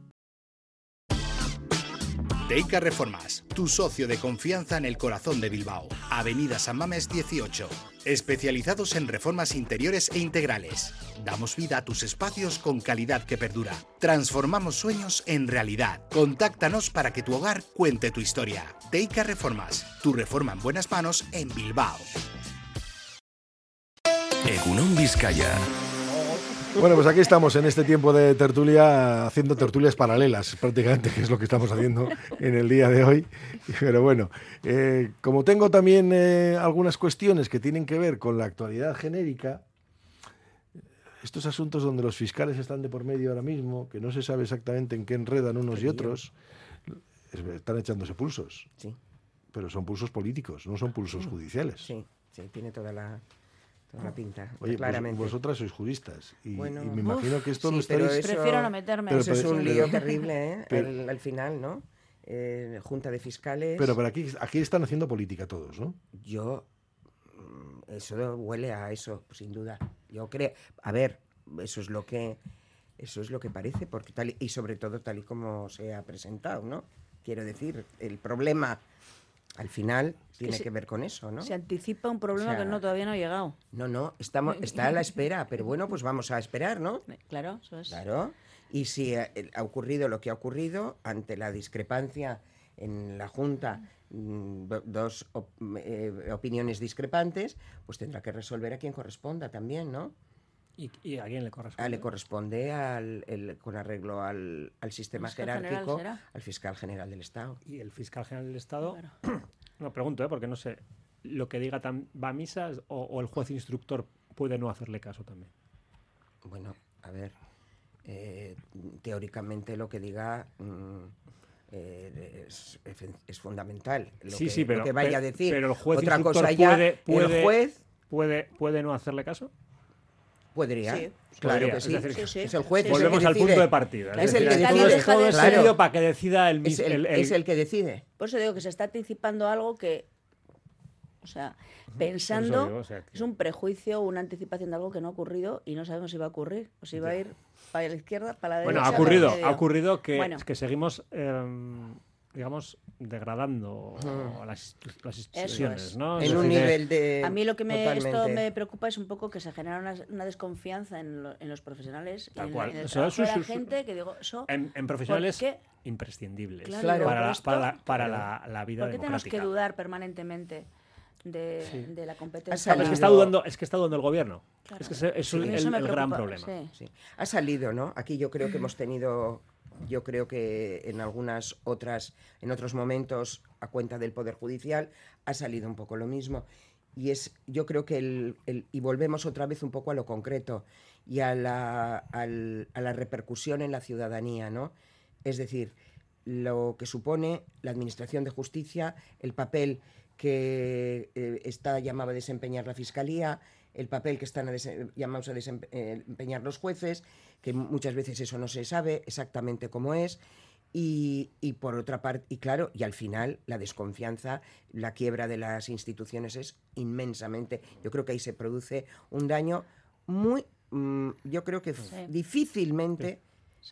Teica Reformas, tu socio de confianza en el corazón de Bilbao. Avenida San Mamés 18. Especializados en reformas interiores e integrales. Damos vida a tus espacios con calidad que perdura. Transformamos sueños en realidad. Contáctanos para que tu hogar cuente tu historia. Teica Reformas, tu reforma en buenas manos en Bilbao. Egunon Vizcaya. Bueno, pues aquí estamos en este tiempo de tertulia, haciendo tertulias paralelas, prácticamente, que es lo que estamos haciendo en el día de hoy. Pero bueno, como tengo también algunas cuestiones que tienen que ver con la actualidad genérica, estos asuntos donde los fiscales están de por medio ahora mismo, que no se sabe exactamente en qué enredan unos y otros, están echándose pulsos. Sí. Pero son pulsos políticos, no son pulsos judiciales. Sí, sí, tiene toda la pinta, Oye, claramente. Vosotras sois juristas y, bueno, y me imagino que esto sí, lo estáis... Prefiero no meterme. Eso es un lío terrible, ¿eh? Pero, al final, ¿no? Junta de fiscales... Pero aquí están haciendo política todos, ¿no? Eso huele a eso, sin duda. Yo creo... A ver, eso es lo que parece, porque y sobre todo tal y como se ha presentado, ¿no? Quiero decir, el problema... Al final tiene que ver con eso, ¿no? Se anticipa un problema que todavía no ha llegado. No, está a la espera, pero bueno, pues vamos a esperar, ¿no? Claro, eso es. Claro, y si ha ocurrido lo que ha ocurrido, ante la discrepancia en la Junta, dos opiniones discrepantes, pues tendrá que resolver a quien corresponda también, ¿no? ¿Y a quién le corresponde? Le corresponde con arreglo al sistema jerárquico, al fiscal general del Estado. Y el fiscal general del Estado, no pregunto, porque no sé, lo que diga va a misa o el juez instructor puede no hacerle caso también. Bueno, a ver, teóricamente lo que diga es fundamental. Lo que vaya a decir. Pero el juez Otra instructor cosa ya, el juez puede no hacerle caso. Podría, sí. claro Podría. que sí. Es decir, Es el juez. Volvemos al punto de partida. Es el que decide. Todo es válido para que decida el mismo. Es el que decide. Por eso digo que se está anticipando algo que, o sea, pensando, es un prejuicio, una anticipación de algo que no ha ocurrido y no sabemos si va a ocurrir o si va a ir para la izquierda, para la derecha. Bueno, ha ocurrido que seguimos, digamos, degradando las instituciones, ¿no? En un nivel de... A mí lo que esto me preocupa es un poco que se genera una desconfianza en los profesionales y en el trabajo de la gente, que digo, eso... En profesionales imprescindibles claro, para la vida democrática. ¿Por qué tenemos que dudar permanentemente de la competencia? Es que está dudando el gobierno. Claro. Es que es el gran problema. Sí. Ha salido, ¿no? Aquí yo creo que hemos tenido... Yo creo que en otros momentos, a cuenta del Poder Judicial, ha salido un poco lo mismo. Y yo creo que y volvemos otra vez un poco a lo concreto y a la repercusión en la ciudadanía, ¿no? Es decir, lo que supone la Administración de Justicia, el papel que está llamado a desempeñar la Fiscalía, el papel que están llamados a desempeñar los jueces, que muchas veces eso no se sabe exactamente cómo es, y por otra parte, y claro, y al final la desconfianza, la quiebra de las instituciones es inmensamente, yo creo que ahí se produce un daño muy, yo creo que difícilmente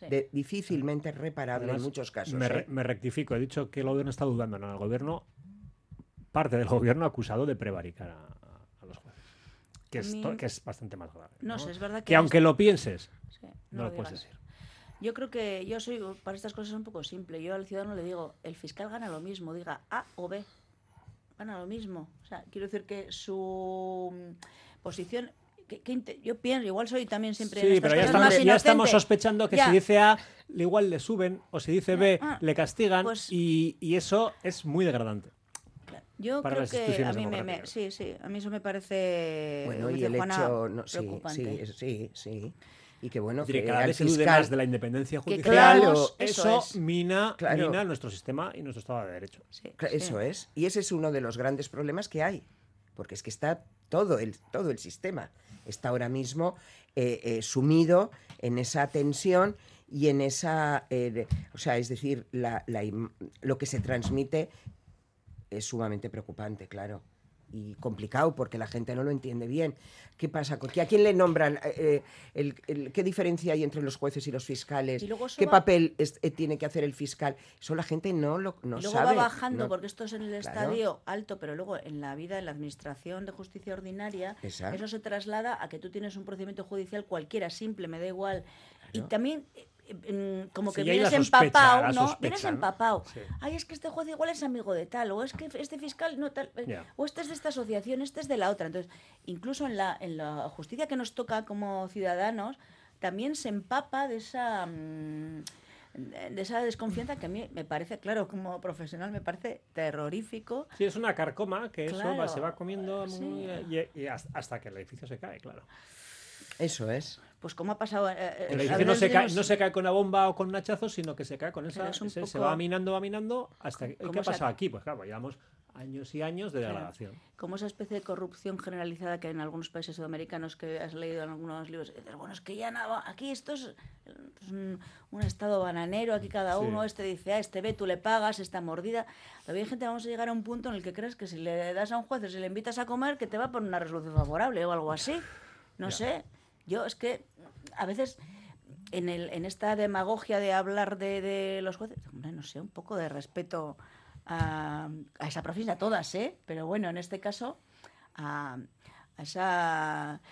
reparable. Además, en muchos casos. Me rectifico, he dicho que el gobierno está dudando, no, el gobierno, parte del gobierno ha acusado de prevaricar a los jueces. Que es bastante más grave. No sé, es verdad que aunque lo pienses, no lo puedes decir. Yo creo que yo soy, para estas cosas, un poco simple. Yo al ciudadano le digo, el fiscal gana lo mismo, diga A o B, gana lo mismo. O sea, quiero decir que su posición... yo pienso, igual soy también siempre... Sí, pero ya estamos sospechando que si dice A, igual le suben, o si dice B, le castigan, y eso es muy degradante. Yo creo que a mí a mí eso me parece, bueno, y el hecho preocupante. Sí. Y que bueno, que cada vez se dude más de la independencia judicial, claro, eso mina nuestro sistema y nuestro Estado de Derecho. Eso es. Y ese es uno de los grandes problemas que hay, porque es que está todo el sistema está ahora mismo sumido en esa tensión y en esa, o sea, es decir, lo que se transmite es sumamente preocupante, claro, y complicado porque la gente no lo entiende bien. ¿Qué pasa? ¿A quién le nombran? ¿Qué diferencia hay entre los jueces y los fiscales? ¿Qué papel tiene que hacer el fiscal? Eso la gente no sabe. Y luego va bajando, porque esto es en el estadio alto, pero luego en la vida, en la administración de justicia ordinaria, eso se traslada a que tú tienes un procedimiento judicial cualquiera, simple, me da igual. Claro. Y también... como que vienes empapado, ¿no? Vienes empapado. Sí. Ay, es que este juez igual es amigo de tal, o es que este fiscal no tal, o este es de esta asociación, este es de la otra. Entonces, incluso en la justicia que nos toca como ciudadanos, también se empapa de esa desconfianza que a mí me parece, claro, como profesional me parece terrorífico. Sí, es una carcoma que eso se va comiendo y hasta que el edificio se cae, claro. Eso es. Pues como ha pasado... el edificio no se cae con una bomba o con un hachazo, sino que se cae con esa... Se va minando hasta... ¿Qué ha pasado aquí? Pues claro, llevamos años y años de degradación. Como esa especie de corrupción generalizada que hay en algunos países sudamericanos que has leído en algunos libros. Bueno, es que ya nada, aquí esto es un estado bananero, aquí cada uno, este dice A, este B, tú le pagas, esta mordida. Todavía hay gente, vamos a llegar a un punto en el que crees que si le das a un juez o si le invitas a comer, que te va a poner una resolución favorable o algo así. No sé. Yo es que a veces en esta demagogia de hablar de los jueces, hombre, no sé, un poco de respeto a esa profesión, a todas, pero bueno, en este caso a esa...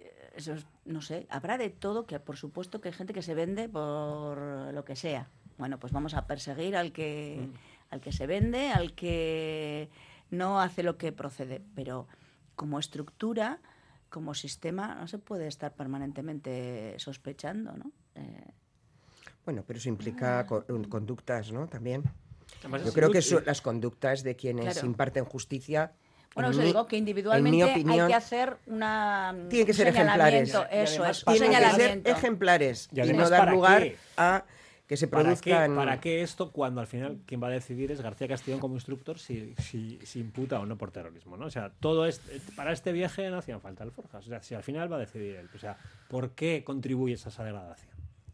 no sé, habrá de todo, que por supuesto que hay gente que se vende por lo que sea. Bueno, pues vamos a perseguir al que se vende, al que no hace lo que procede, pero como estructura... como sistema no se puede estar permanentemente sospechando, ¿no? Bueno, pero eso implica conductas, ¿no? También. Además, Yo creo que las conductas de quienes Claro. imparten justicia. Bueno, en os mi- digo que en individualmente mi opinión, hay que hacer tienen que un ser ejemplares. señalamiento, eso es, un Tienen que ser señalamiento. ejemplares Y y además, no dar ¿para lugar qué? a que se ¿Para produzcan... qué esto cuando al final quien va a decidir es García Castellón como instructor si imputa o no por terrorismo, ¿no? O sea, para este viaje no hacían falta alforjas. O sea, si al final va a decidir él. O sea, ¿por qué contribuyes a esa degradación?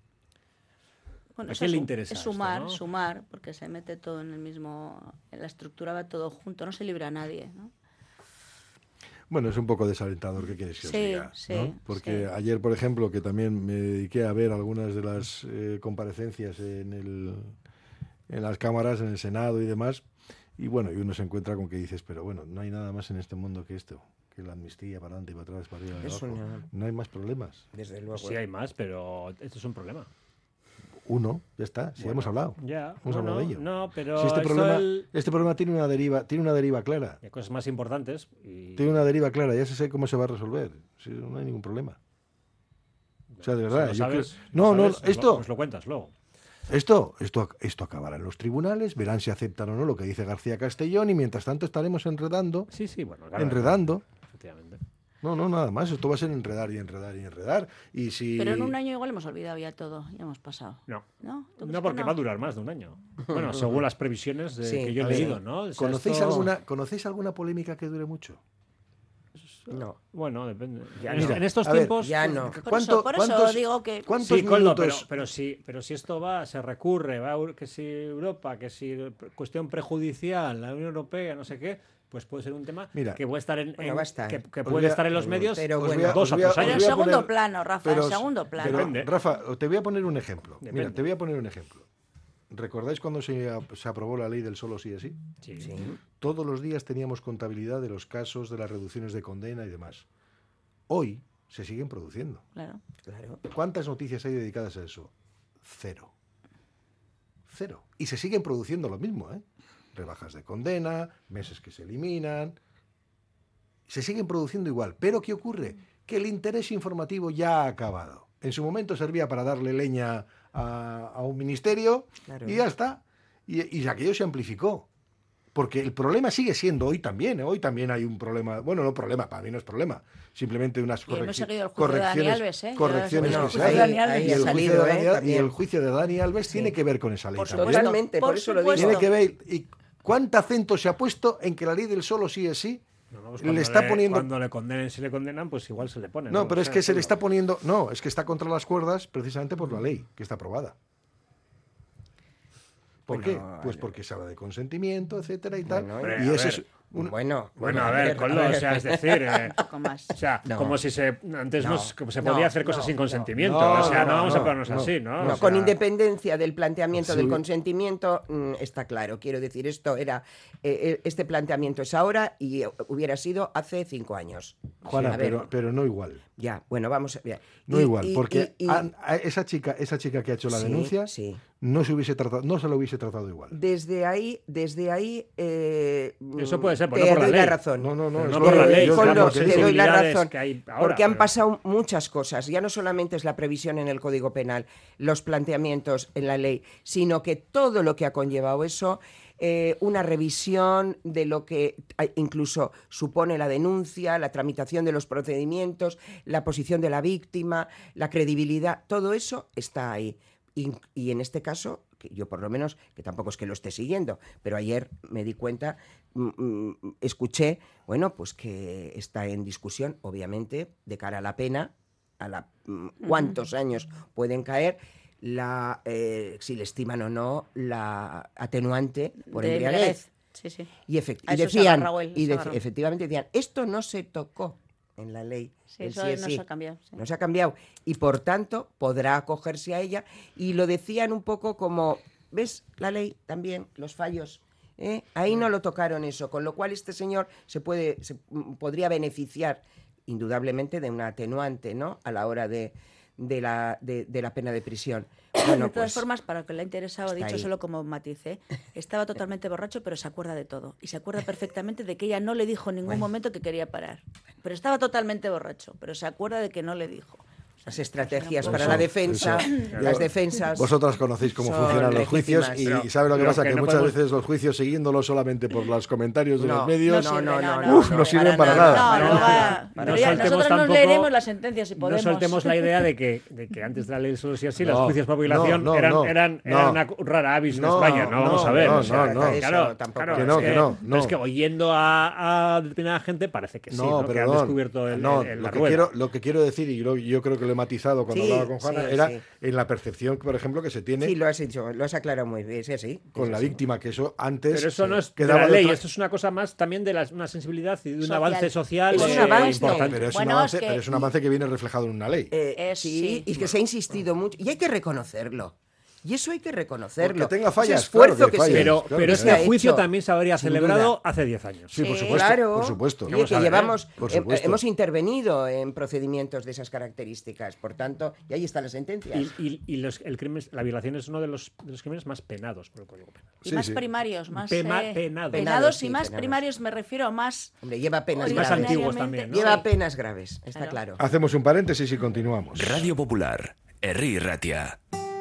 Bueno, ¿A eso quién le es interesa esto, sumar, no? sumar, porque se mete todo en el mismo... En la estructura va todo junto, no se libra a nadie, ¿no? Bueno, es un poco desalentador, ¿qué quieres que os Sí, diga? sí, ¿no? Porque sí. ayer, por ejemplo, que también me dediqué a ver algunas de las comparecencias en las cámaras, en el Senado y demás, y bueno, y uno se encuentra con que dices, pero bueno, no hay nada más en este mundo que esto, que la amnistía para adelante y para atrás, para arriba y Es abajo. No hay más problemas. Desde luego. Sí hay más, pero esto es un problema. Uno, ya está, sí, Bueno, hemos hablado. ya, Hemos hablado de ello. No, pero Si este esto problema tiene una deriva clara. hay cosas más importantes y Tiene una deriva clara, ya se sabe cómo se va a resolver. Sí, no hay ningún problema. O sea, de verdad. si yo lo sabes, creo- No, lo sabes, esto. nos lo cuentas luego. Esto acabará en los tribunales, verán si aceptan o no lo que dice García Castellón y mientras tanto estaremos enredando. Sí, bueno, claro, enredando. Efectivamente. No, nada más. Esto va a ser enredar y enredar y enredar. Y si... Pero en un año igual hemos olvidado ya todo, ya hemos pasado. No. ¿No? ¿Tú crees No, que porque no? va a durar más de un año. Bueno, según las previsiones Sí, que yo he A ver, leído, ¿no? O sea, ¿Conocéis alguna polémica que dure mucho? No. Bueno, depende. Ya en no. estos A ver, tiempos... ya no. Por eso digo que... ¿Cuántos Sí, Coldo, minutos? pero si esto se recurre, que si Europa, que si cuestión prejudicial, la Unión Europea, no sé qué, pues puede ser un tema Mira, que puede estar va a estar. que Os puede voy a- estar en los medios pero Os bueno, voy a- 2 os a voy a- 3 Pero años. en os voy a segundo poner- plano, Rafa, pero- en segundo plano. pero, Depende. Rafa, te voy a poner un ejemplo. Mira, Depende. te voy a poner un ejemplo. ¿Recordáis cuando se aprobó la ley del solo sí es sí? Sí. Todos los días teníamos contabilidad de los casos, de las reducciones de condena y demás. Hoy se siguen produciendo. Claro. Claro. ¿Cuántas noticias hay dedicadas a eso? Cero. Y se siguen produciendo lo mismo, ¿eh? Rebajas de condena, meses que se eliminan. Se siguen produciendo igual. Pero ¿qué ocurre? Que el interés informativo ya ha acabado. En su momento servía para darle leña a un ministerio Claro. y ya está. Y aquello se amplificó. Porque el problema sigue siendo hoy también. Hoy también hay un problema. Bueno, no problema, para mí no es problema. Simplemente unas Y hemos seguido el juicio de Dani Alves, ¿eh? correcciones Bueno, que se el juicio de hacen. Dani Alves Y ya el ha juicio salido, de Dani- también. y el juicio de Dani Alves tiene que ver con esa ley Por también. supuesto. Totalmente, por eso lo digo. supuesto. Tiene que ver. ¿Y cuánto acento se ha puesto en que la ley del solo sí es sí? No, pues Le cuando está poniendo... Cuando le condenen, si le condenan, pues igual se le pone. No, pero O es sea, que se le Coldo. está poniendo... No, es que está contra las cuerdas precisamente por la ley que está aprobada. ¿Por Bueno, qué? Pues porque se habla de consentimiento, etcétera y tal. Bueno, y a ese ver. es un- Bueno, Bueno, a ver, Coldo, o sea, es decir, Un poco más. o sea, No. como si antes No. como se No, podía hacer cosas no, sin no. consentimiento, No, o sea, no, no, vamos no, a ponernos no. así, ¿no? No, O con sea, independencia del planteamiento Sí. del consentimiento, está claro. Quiero decir, esto era este planteamiento es ahora y hubiera sido hace 5 años. Juana, A ver, pero no igual. ya, bueno, vamos a ver. No igual, porque y- esa chica que ha hecho la Sí, denuncia sí. no se lo hubiese tratado igual. Desde ahí, Eso puede ser, pero te no por la doy ley. la razón. No, Pero es no lo por que- la ley, yo por Coldo, creo las que te sí. doy la posibilidades razón, que hay ahora, porque han pero- pasado muchas cosas. Ya no solamente es la previsión en el Código Penal, los planteamientos en la ley, sino que todo lo que ha conllevado eso, una revisión de lo que incluso supone la denuncia, la tramitación de los procedimientos, la posición de la víctima, la credibilidad, todo eso está ahí. Y en este caso, que yo por lo menos, que tampoco es que lo esté siguiendo, pero ayer me di cuenta, escuché, bueno, pues que está en discusión, obviamente, de cara a la pena, cuántos años pueden caer, si le estiman o no la atenuante por De embriaguez. Sí, sí. Y, A eso se decían, agarró él, y se agarró. efectivamente decían, esto no se tocó en la ley. Sí, el eso sí es no sí. se ha cambiado. Sí. No se ha cambiado. Y por tanto, podrá acogerse a ella. Y lo decían un poco como, ¿ves? La ley también, los fallos. Ahí no lo tocaron eso. Con lo cual este señor podría beneficiar indudablemente de una atenuante, ¿no? A la hora de de la pena de prisión. Bueno, de todas pues, formas, para lo que le ha interesado, he está dicho ahí. solo como matiz, ¿eh? Estaba totalmente borracho, pero se acuerda de todo. Y se acuerda perfectamente de que ella no le dijo en ningún momento que quería parar. Pero estaba totalmente borracho, pero se acuerda de que no le dijo. Las estrategias para Eso, la defensa, eso. las defensas. Vosotras conocéis cómo son funcionan los juicios legítimas. y ¿sabes lo que Pero pasa? que Que no muchas podemos- veces los juicios, siguiéndolos solamente por los comentarios de No, los medios, no sirven para nada. No va. No Pero ya, soltemos nosotros nos tampoco- leeremos las sentencias si No podemos. soltemos la idea de que antes de la ley de solo sí así, los No, juicios por violación no, eran no. una rara avis No, en España. No, no, vamos a ver. no, o sea, no, no. Claro, tampoco. claro, Que no, es que no, pero es que oyendo a determinada gente parece que sí, ¿no? Que han descubierto la rueda. Lo que quiero decir, y yo creo que lo he matizado cuando Sí, hablaba con Juana, sí, era sí. en la percepción, por ejemplo, que se tiene Sí, lo has dicho, lo has aclarado muy bien, sí, sí. con la víctima, que eso antes Pero eso no es de quedaba la de ley, otra- esto es una cosa más también de una sensibilidad y de un Social. avance social Es un avance. importante. Pero es, Bueno, un avance, es que- pero es un avance que viene reflejado en una ley. Sí, y que se ha insistido mucho. Y hay que reconocerlo. Y eso hay que reconocerlo. Porque tenga fallas, Ese esfuerzo claro que que fallas. se Pero, Claro pero que este se ha juicio hecho, también se habría sin celebrado duda. hace 10 años. Sí, por supuesto. Claro, Por supuesto. Oye, Vamos que a ver, llevamos, por supuesto. hemos intervenido en procedimientos de esas características, por tanto, y ahí está la sentencia. Y el crimen, la violación es uno de los crímenes más penados por el Código Penal. Y más primarios, más Penados. penados y sí, más penados. primarios me refiero a más... Hombre, lleva penas Y más graves. antiguos también, ¿no? Lleva Sí. penas graves, está claro. Hacemos un paréntesis y continuamos. Radio Popular, Herri Ratia.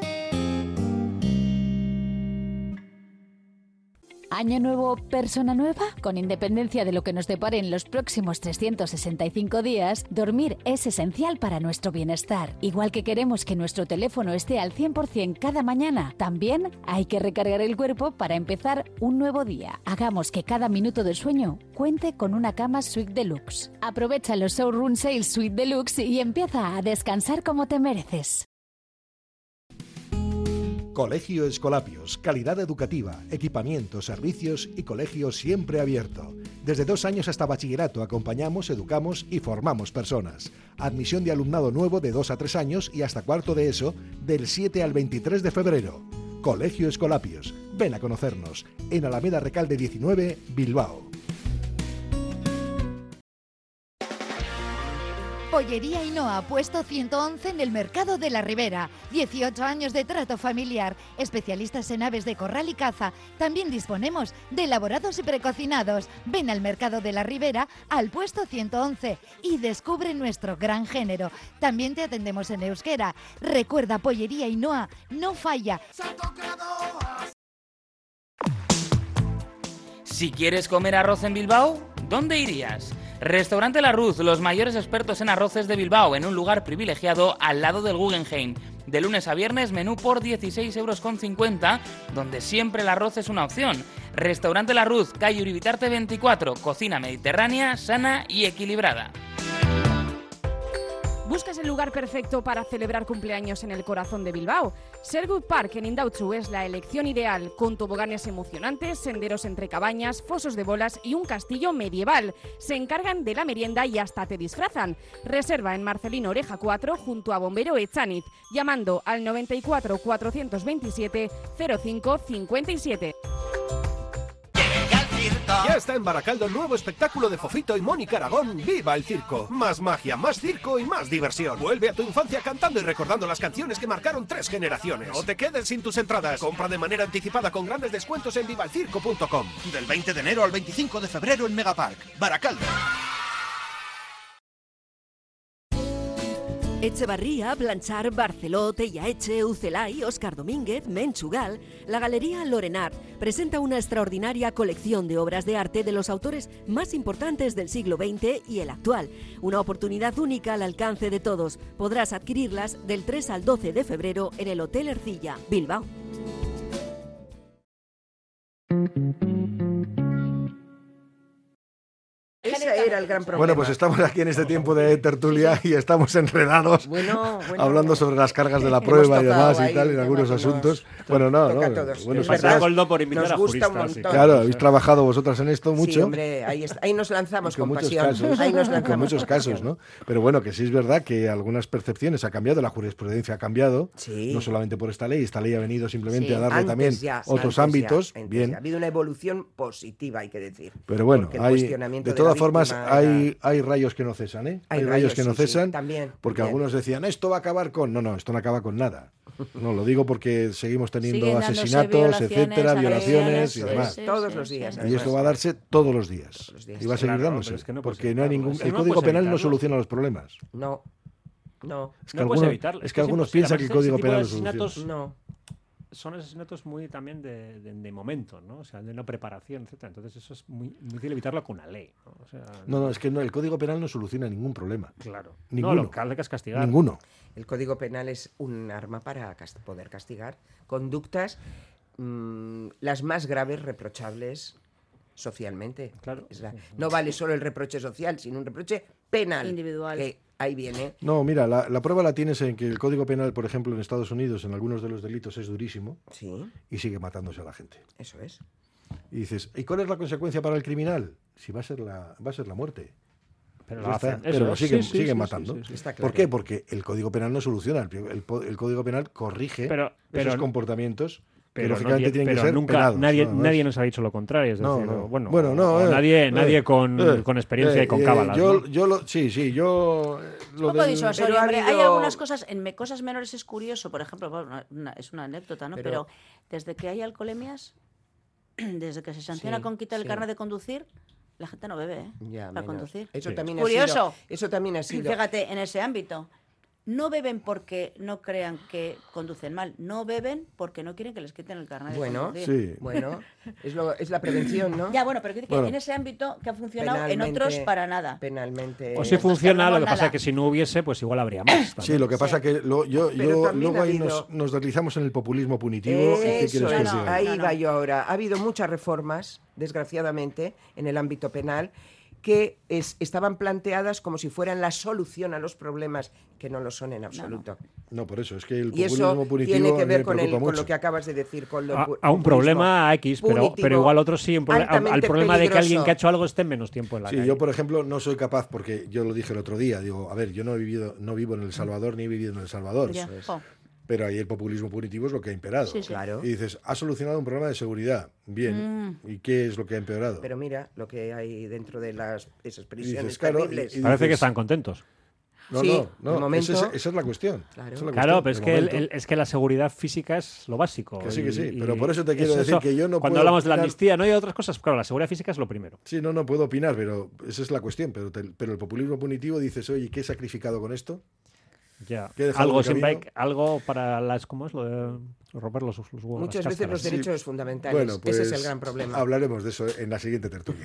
Año nuevo, persona nueva. Con independencia de lo que nos depare en los próximos 365 días, dormir es esencial para nuestro bienestar. Igual que queremos que nuestro teléfono esté al 100% cada mañana, también hay que recargar el cuerpo para empezar un nuevo día. Hagamos que cada minuto de sueño cuente con una cama Suite Deluxe. Aprovecha los Showroom Sales Suite Deluxe y empieza a descansar como te mereces. Colegio Escolapios, calidad educativa, equipamiento, servicios y colegio siempre abierto. Desde 2 años hasta bachillerato acompañamos, educamos y formamos personas. Admisión de alumnado nuevo de 2 a 3 años y hasta cuarto de ESO del 7 al 23 de febrero. Colegio Escolapios. Ven a conocernos en Alameda Recalde 19, Bilbao. Pollería Ainhoa, puesto 111 en el Mercado de la Ribera. 18 años de trato familiar. Especialistas en aves de corral y caza. También disponemos de elaborados y precocinados. Ven al Mercado de la Ribera, al puesto 111 y descubre nuestro gran género. También te atendemos en euskera. Recuerda, Pollería Ainhoa no falla. Si quieres comer arroz en Bilbao, ¿dónde irías? Restaurante La Ruz, los mayores expertos en arroces de Bilbao, en un lugar privilegiado al lado del Guggenheim. De lunes a viernes, menú por 16,50 €, donde siempre el arroz es una opción. Restaurante La Ruz, calle Uribitarte 24, cocina mediterránea, sana y equilibrada. ¿Buscas el lugar perfecto para celebrar cumpleaños en el corazón de Bilbao? Sherwood Park en Indautxu es la elección ideal, con toboganes emocionantes, senderos entre cabañas, fosos de bolas y un castillo medieval. Se encargan de la merienda y hasta te disfrazan. Reserva en Marcelino Oreja 4 junto a Bombero Echaniz, llamando al 94 427 05 57. Ya está en Baracaldo el nuevo espectáculo de Fofito y Mónica Aragón, ¡Viva el Circo! Más magia, más circo y más diversión. Vuelve a tu infancia cantando y recordando las canciones que marcaron 3 generaciones. No te quedes sin tus entradas. Compra de manera anticipada con grandes descuentos en vivalcirco.com. Del 20 de enero al 25 de febrero en Megapark, Baracaldo. Echevarría, Blanchard, Barceló, Tellaeche, Ucelay, Óscar Domínguez, Menchugal, la Galería Lorenart presenta una extraordinaria colección de obras de arte de los autores más importantes del siglo XX y el actual. Una oportunidad única al alcance de todos. Podrás adquirirlas del 3 al 12 de febrero en el Hotel Ercilla, Bilbao. Ese era el gran problema. Bueno, pues estamos aquí en este tiempo de tertulia y estamos enredados hablando sobre las cargas de la prueba y demás y tal, en algunos asuntos. Bueno, no. Bueno, Pasa Coldo por invitar a juristas. Claro, habéis trabajado vosotras en esto mucho. Sí, hombre, ahí nos lanzamos con muchos pasión. casos, Ahí nos con lanzamos muchos con casos, pasión. ¿no? Pero bueno, que sí es verdad que algunas percepciones ha cambiado, la jurisprudencia ha cambiado, Sí. no solamente por esta ley ha venido simplemente Sí, a darle antes también ya, otros antes ámbitos, ya, antes bien. ya. Ha habido una evolución positiva, hay que decir. Pero bueno, Porque el hay, cuestionamiento de la todas formas, víctima hay rayos que no cesan, ¿eh? Hay rayos que no cesan, también, porque bien. algunos decían, esto va a acabar con... No, esto no acaba con nada. No, lo digo porque seguimos teniendo Siguen dándose asesinatos, etcétera, violaciones y sí, demás. Todos los días. Y esto va a darse todos los días. Y va a seguir Claro, dándose. pero es que no puedes porque no hay evitarlo. ningún... Es que El no Código puedes Penal no evitarlo. soluciona los problemas. No. Es que No puedes algunos, evitarlo. es que es algunos imposible. piensan que el Además, Código ese tipo Penal de lo soluciona. asesinatos No. son asesinatos muy también de momento, ¿no? O sea, de una preparación, etcétera. Entonces eso es muy difícil evitarlo con una ley, ¿no? O sea, No, es que el Código Penal no soluciona ningún problema. Claro. Ninguno. No, lo que hay que es castigar. Ninguno. El Código Penal es un arma para poder castigar conductas las más graves, reprochables socialmente. Claro. No vale solo el reproche social, sino un reproche penal. Individual. Que ahí viene. No, mira, la prueba la tienes en que el Código Penal, por ejemplo, en Estados Unidos, en algunos de los delitos es durísimo Sí, y sigue matándose a la gente. eso es. Y dices, ¿y cuál es la consecuencia para el criminal? Si va a ser la muerte. Pero Ya lo está, hacen. pero Eso lo es. siguen, Sí, sí, siguen sí, matando. sí, sí, sí. Está ¿Por claro. qué? Porque el Código Penal no soluciona. El Código Penal corrige esos comportamientos que Pero, lógicamente tienen que ser nunca penados. nadie, nada más. nadie nos ha dicho lo contrario. Es No, decir, no. Bueno, Bueno, no, o nadie con experiencia y con cábalas. Yo ¿no? lo Un poco disuasorio, Pero ha hombre. Hay habido- algunas cosas, cosas menores es curioso, por ejemplo, bueno, es una anécdota, ¿no? Pero desde que hay alcoholemias, desde que se sanciona Sí, con quitar el sí. carnet de conducir, la gente no bebe, Ya, para menos. conducir. Eso Sí. también Curioso. ha sido. Eso también ha sido. Fíjate, en ese ámbito. No beben porque no crean que conducen mal. No beben porque no quieren que les quiten el carnet de Bueno, conducir. Sí. bueno, es la prevención, ¿no? Ya, bueno, pero que Bueno. en ese ámbito que ha funcionado, en Penalmente- otros para nada. Penalmente. O si funciona, lo que pasa nada. es que si no hubiese, pues igual habría más. Sí, también. lo que pasa que Pero también luego ha ahí habido- nos deslizamos en el populismo punitivo. ¿Y qué Eso quieres que es, os diga? ahí va yo ahora. Ha habido muchas reformas, desgraciadamente, en el ámbito penal, que estaban planteadas como si fueran la solución a los problemas, que no lo son en absoluto. No, por eso, es que el Y populismo eso punitivo tiene a que mí ver me con preocupa lo mucho. que acabas de decir. Con lo A un populismo problema X, punitivo, pero igual otro sí, al altamente problema de que alguien peligroso. que ha hecho algo esté menos tiempo en la Sí, calle. yo por ejemplo no soy capaz, porque yo lo dije el otro día, digo, a ver, yo no vivo en El Salvador ni he vivido en El Salvador, Ya. Jo. pero ahí el populismo punitivo es lo que ha imperado. Sí, sí. Claro. Y dices, ha solucionado un problema de seguridad, bien, ¿y qué es lo que ha empeorado? Pero mira lo que hay dentro de esas prisiones dices, claro, terribles. y Parece que dices- están contentos. No, Sí, no, de momento- esa es la cuestión. Claro. Esa es la Claro, cuestión, pero es de que, momento. es que la seguridad física es lo básico. Que sí, y- pero y por eso te quiero es decir que yo no Cuando puedo hablamos de la opinar- amnistía, no hay otras cosas. Claro, la seguridad física es lo primero. Sí, no puedo opinar, pero esa es la cuestión. Pero el populismo punitivo dices, oye, ¿qué he sacrificado con esto? Ya. ¿Qué he dejado Algo de siempre hay, camino? algo para las, ¿cómo es lo de romper los huevos? Muchas las veces los cáscaras? derechos fundamentales. Bueno, pues Ese es el gran problema. hablaremos de eso en la siguiente tertulia.